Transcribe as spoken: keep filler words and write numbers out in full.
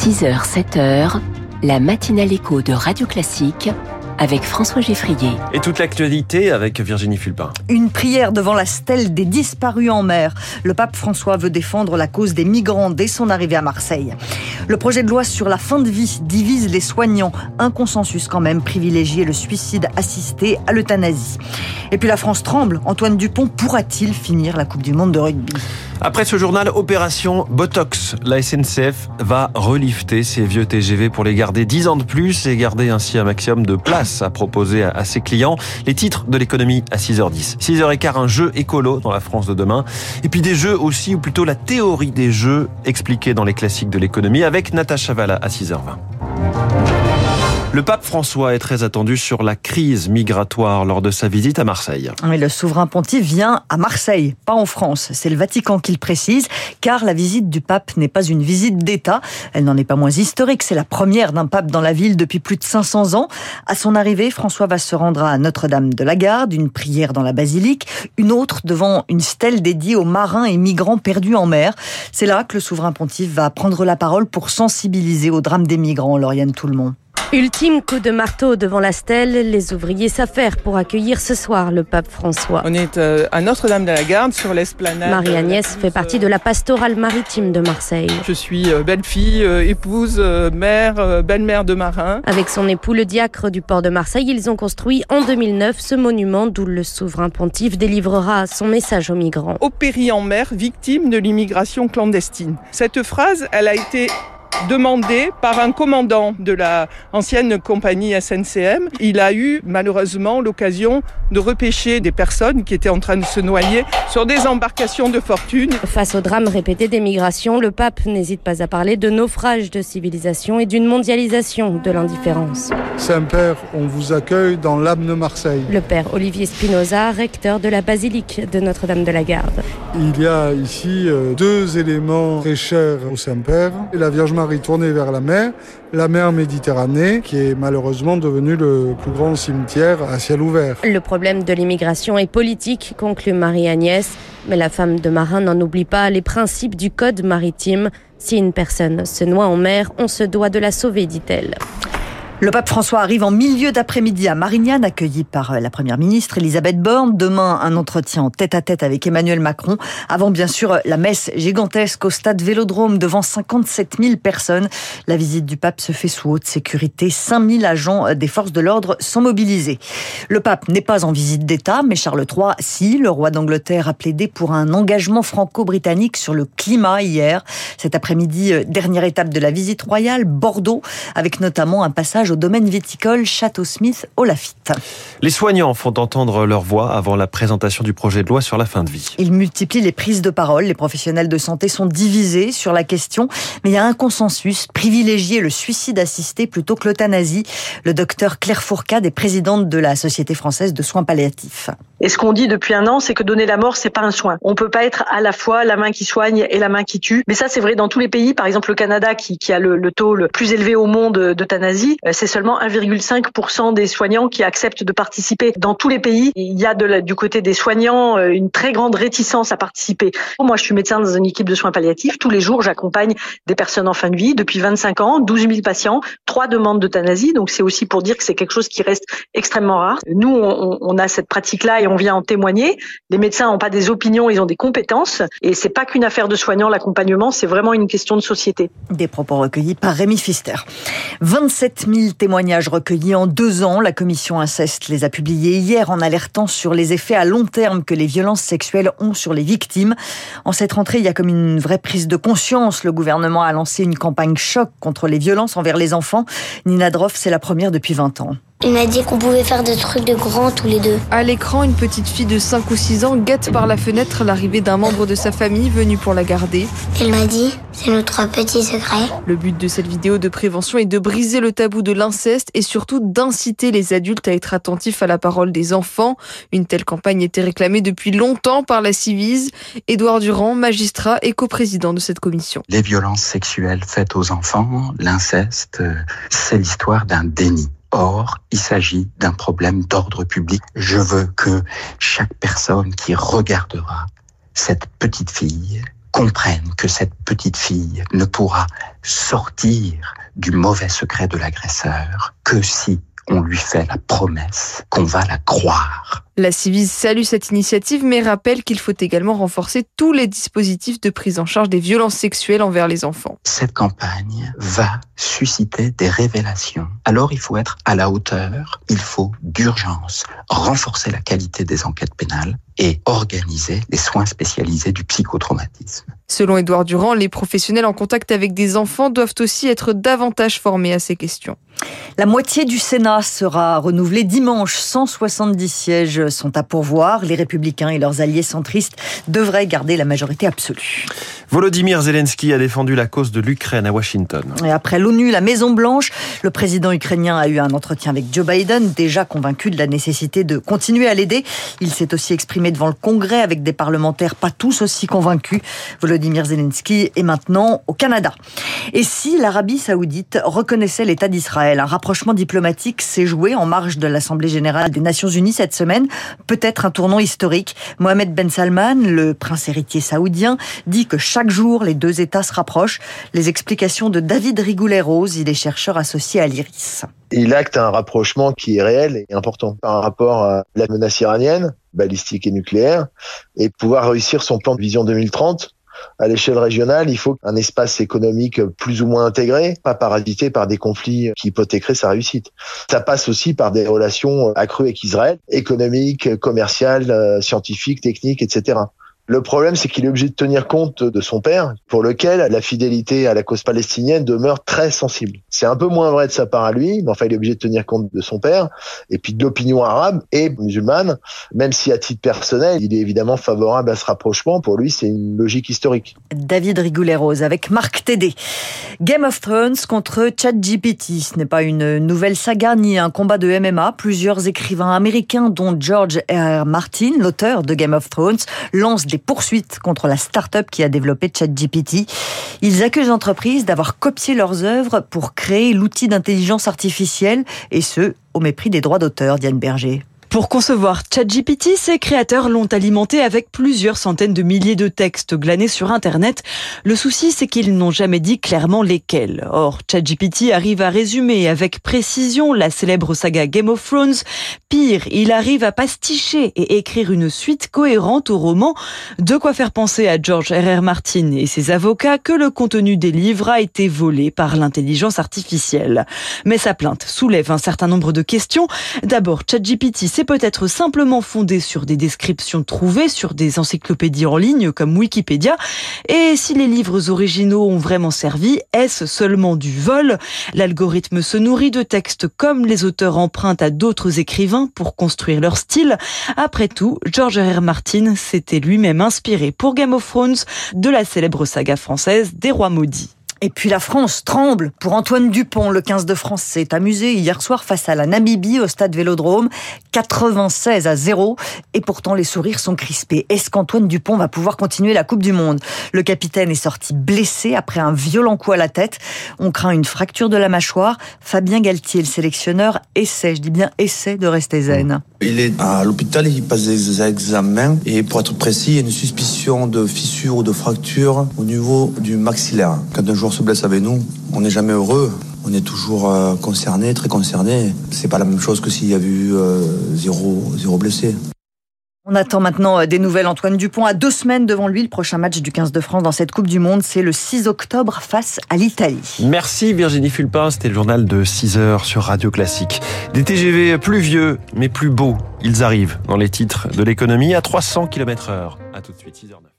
six heures sept heures, la matinale écho de Radio Classique avec François Geffrier. Et toute l'actualité avec Virginie Fulpin. Une prière devant la stèle des disparus en mer. Le pape François veut défendre la cause des migrants dès son arrivée à Marseille. Le projet de loi sur la fin de vie divise les soignants. Un consensus quand même, privilégier le suicide assisté à l'euthanasie. Et puis la France tremble. Antoine Dupont pourra-t-il finir la Coupe du Monde de rugby ? Après ce journal, opération Botox. La S N C F va relifter ses vieux T G V pour les garder dix ans de plus et garder ainsi un maximum de place à proposer à ses clients. Les titres de l'économie à six heures dix. six heures quinze, un jeu écolo dans la France de demain. Et puis des jeux aussi, ou plutôt la théorie des jeux expliquée dans les classiques de l'économie avec Natacha Valla à six heures vingt. Le pape François est très attendu sur la crise migratoire lors de sa visite à Marseille. Mais le souverain pontife vient à Marseille, pas en France. C'est le Vatican qui le précise, car la visite du pape n'est pas une visite d'État. Elle n'en est pas moins historique. C'est la première d'un pape dans la ville depuis plus de cinq cents ans. À son arrivée, François va se rendre à Notre-Dame de la Garde, une prière dans la basilique, une autre devant une stèle dédiée aux marins et migrants perdus en mer. C'est là que le souverain pontife va prendre la parole pour sensibiliser au drame des migrants, Lauriane Tout-le-Monde. Ultime coup de marteau devant la stèle, les ouvriers s'affairent pour accueillir ce soir le pape François. On est à Notre-Dame de la Garde, sur l'esplanade. Marie-Agnès fait partie de la pastorale maritime de Marseille. Je suis belle-fille, épouse, mère, belle-mère de marin. Avec son époux, le diacre du port de Marseille, ils ont construit en deux mille neuf ce monument d'où le souverain pontife délivrera son message aux migrants. Au péri en mer, victime de l'immigration clandestine. Cette phrase, elle a été demandé par un commandant de la ancienne compagnie S N C M. Il a eu malheureusement l'occasion de repêcher des personnes qui étaient en train de se noyer sur des embarcations de fortune. Face au drame répété des migrations, le pape n'hésite pas à parler de naufrage de civilisation et d'une mondialisation de l'indifférence. Saint-Père, on vous accueille dans l'âme de Marseille. Le père Olivier Spinoza, recteur de la basilique de Notre-Dame de la Garde. Il y a ici deux éléments très chers au Saint-Père. La Vierge Marie tournée vers la mer, la mer Méditerranée, qui est malheureusement devenue le plus grand cimetière à ciel ouvert. Le problème de l'immigration est politique, conclut Marie-Agnès, mais la femme de marin n'en oublie pas les principes du code maritime. Si une personne se noie en mer, on se doit de la sauver, dit-elle. Le pape François arrive en milieu d'après-midi à Marignane, accueilli par la première ministre Elisabeth Borne. Demain, un entretien en tête-à-tête avec Emmanuel Macron. Avant, bien sûr, la messe gigantesque au stade Vélodrome devant cinquante-sept mille personnes. La visite du pape se fait sous haute sécurité. cinq mille agents des forces de l'ordre sont mobilisés. Le pape n'est pas en visite d'État, mais Charles trois, si. Le roi d'Angleterre a plaidé pour un engagement franco-britannique sur le climat hier. Cet après-midi, dernière étape de la visite royale, Bordeaux, avec notamment un passage au domaine viticole Château-Smith au Lafitte. Les soignants font entendre leur voix avant la présentation du projet de loi sur la fin de vie. Ils multiplient les prises de parole. Les professionnels de santé sont divisés sur la question, mais il y a un consensus, privilégier le suicide assisté plutôt que l'euthanasie. Le docteur Claire Fourcade est présidente de la Société française de soins palliatifs. Et ce qu'on dit depuis un an, c'est que donner la mort, c'est pas un soin. On peut pas être à la fois la main qui soigne et la main qui tue. Mais ça, c'est vrai dans tous les pays. Par exemple, le Canada, qui, qui a le, le taux le plus élevé au monde d'euthanasie, c'est seulement un virgule cinq pour cent des soignants qui acceptent de participer. Dans tous les pays, il y a de la, du côté des soignants une très grande réticence à participer. Moi, je suis médecin dans une équipe de soins palliatifs. Tous les jours, j'accompagne des personnes en fin de vie. Depuis vingt-cinq ans, douze mille patients, trois demandes d'euthanasie. Donc, c'est aussi pour dire que c'est quelque chose qui reste extrêmement rare. Nous, on, on a cette pratique-là et on vient en témoigner. Les médecins n'ont pas des opinions, ils ont des compétences. Et c'est pas qu'une affaire de soignants, l'accompagnement, c'est vraiment une question de société. Des propos recueillis par Rémi Pfister. vingt-sept mille témoignages recueillis en deux ans. La commission Inceste les a publiés hier en alertant sur les effets à long terme que les violences sexuelles ont sur les victimes. En cette rentrée, il y a comme une vraie prise de conscience. Le gouvernement a lancé une campagne choc contre les violences envers les enfants. Nina Droff, c'est la première depuis vingt ans. Il m'a dit qu'on pouvait faire des trucs de grands tous les deux. À l'écran, une petite fille de cinq ou six ans guette par la fenêtre l'arrivée d'un membre de sa famille venu pour la garder. Elle m'a dit, c'est notre petit secret. Le but de cette vidéo de prévention est de briser le tabou de l'inceste et surtout d'inciter les adultes à être attentifs à la parole des enfants. Une telle campagne était réclamée depuis longtemps par la Civise. Édouard Durand, magistrat et coprésident de cette commission. Les violences sexuelles faites aux enfants, l'inceste, c'est l'histoire d'un déni. Or, il s'agit d'un problème d'ordre public. Je veux que chaque personne qui regardera cette petite fille comprenne que cette petite fille ne pourra sortir du mauvais secret de l'agresseur que si on lui fait la promesse qu'on va la croire. La Ciivise salue cette initiative, mais rappelle qu'il faut également renforcer tous les dispositifs de prise en charge des violences sexuelles envers les enfants. Cette campagne va susciter des révélations. Alors il faut être à la hauteur, il faut d'urgence renforcer la qualité des enquêtes pénales et organiser les soins spécialisés du psychotraumatisme. Selon Édouard Durand, les professionnels en contact avec des enfants doivent aussi être davantage formés à ces questions. La moitié du Sénat sera renouvelée dimanche. cent soixante-dix sièges sont à pourvoir. Les Républicains et leurs alliés centristes devraient garder la majorité absolue. Volodymyr Zelensky a défendu la cause de l'Ukraine à Washington. Et après l'ONU, la Maison-Blanche, le président ukrainien a eu un entretien avec Joe Biden, déjà convaincu de la nécessité de continuer à l'aider. Il s'est aussi exprimé devant le Congrès avec des parlementaires pas tous aussi convaincus. Volodymyr Zelensky est maintenant au Canada. Et si l'Arabie Saoudite reconnaissait l'État d'Israël? Un rapprochement diplomatique s'est joué en marge de l'Assemblée générale des Nations unies cette semaine. Peut-être un tournant historique. Mohamed Ben Salman, le prince héritier saoudien, dit que chaque jour, les deux États se rapprochent. Les explications de David Rigoulet-Rose, il est chercheur associé à l'I R I S. Il acte un rapprochement qui est réel et important par rapport à la menace iranienne, balistique et nucléaire, et pouvoir réussir son plan de vision deux mille trente. À l'échelle régionale, il faut un espace économique plus ou moins intégré, pas parasité par des conflits qui hypothéqueraient sa réussite. Ça passe aussi par des relations accrues avec Israël, économiques, commerciales, scientifiques, techniques, et cetera. Le problème, c'est qu'il est obligé de tenir compte de son père, pour lequel la fidélité à la cause palestinienne demeure très sensible. C'est un peu moins vrai de sa part à lui, mais enfin, il est obligé de tenir compte de son père, et puis de l'opinion arabe et musulmane, même si à titre personnel, il est évidemment favorable à ce rapprochement. Pour lui, c'est une logique historique. David Rigoulet-Rose avec Marc Tédé. Game of Thrones contre ChatGPT. Ce n'est pas une nouvelle saga ni un combat de M M A. Plusieurs écrivains américains, dont George R R. Martin, l'auteur de Game of Thrones, lancent des poursuites contre la start-up qui a développé ChatGPT. Ils accusent l'entreprise d'avoir copié leurs œuvres pour créer l'outil d'intelligence artificielle, et ce, au mépris des droits d'auteur. Diane Berger. Pour concevoir ChatGPT, ses créateurs l'ont alimenté avec plusieurs centaines de milliers de textes glanés sur Internet. Le souci, c'est qu'ils n'ont jamais dit clairement lesquels. Or, ChatGPT arrive à résumer avec précision la célèbre saga Game of Thrones. Pire, il arrive à pasticher et écrire une suite cohérente au roman. De quoi faire penser à George R R. Martin et ses avocats que le contenu des livres a été volé par l'intelligence artificielle. Mais sa plainte soulève un certain nombre de questions. D'abord, ChatGPT c'est peut-être simplement fondé sur des descriptions trouvées sur des encyclopédies en ligne comme Wikipédia. Et si les livres originaux ont vraiment servi, est-ce seulement du vol? L'algorithme se nourrit de textes comme les auteurs empruntent à d'autres écrivains pour construire leur style. Après tout, George R R. Martin s'était lui-même inspiré pour Game of Thrones de la célèbre saga française des Rois maudits. Et puis la France tremble pour Antoine Dupont. Le quinze de France s'est amusé hier soir face à la Namibie au stade Vélodrome. quatre-vingt-seize à zéro. Et pourtant les sourires sont crispés. Est-ce qu'Antoine Dupont va pouvoir continuer la Coupe du Monde? Le capitaine est sorti blessé après un violent coup à la tête. On craint une fracture de la mâchoire. Fabien Galtier, le sélectionneur, essaie, je dis bien essaie de rester zen. Il est à l'hôpital, il passe des examens. Et pour être précis, il y a une suspicion de fissure ou de fracture au niveau du maxillaire. Quand un joueur se blesse avec nous, on n'est jamais heureux. On est toujours euh, concerné, très concerné. C'est pas la même chose que s'il y avait eu euh, zéro, zéro blessé. On attend maintenant des nouvelles. Antoine Dupont a deux semaines devant lui. Le prochain match du quinze de France dans cette Coupe du Monde, c'est le six octobre face à l'Italie. Merci Virginie Fulpin, c'était le journal de six heures sur Radio Classique. Des T G V pluvieux mais plus beaux, ils arrivent dans les titres de l'économie à trois cents kilomètres heure. À tout de suite, six heures neuf.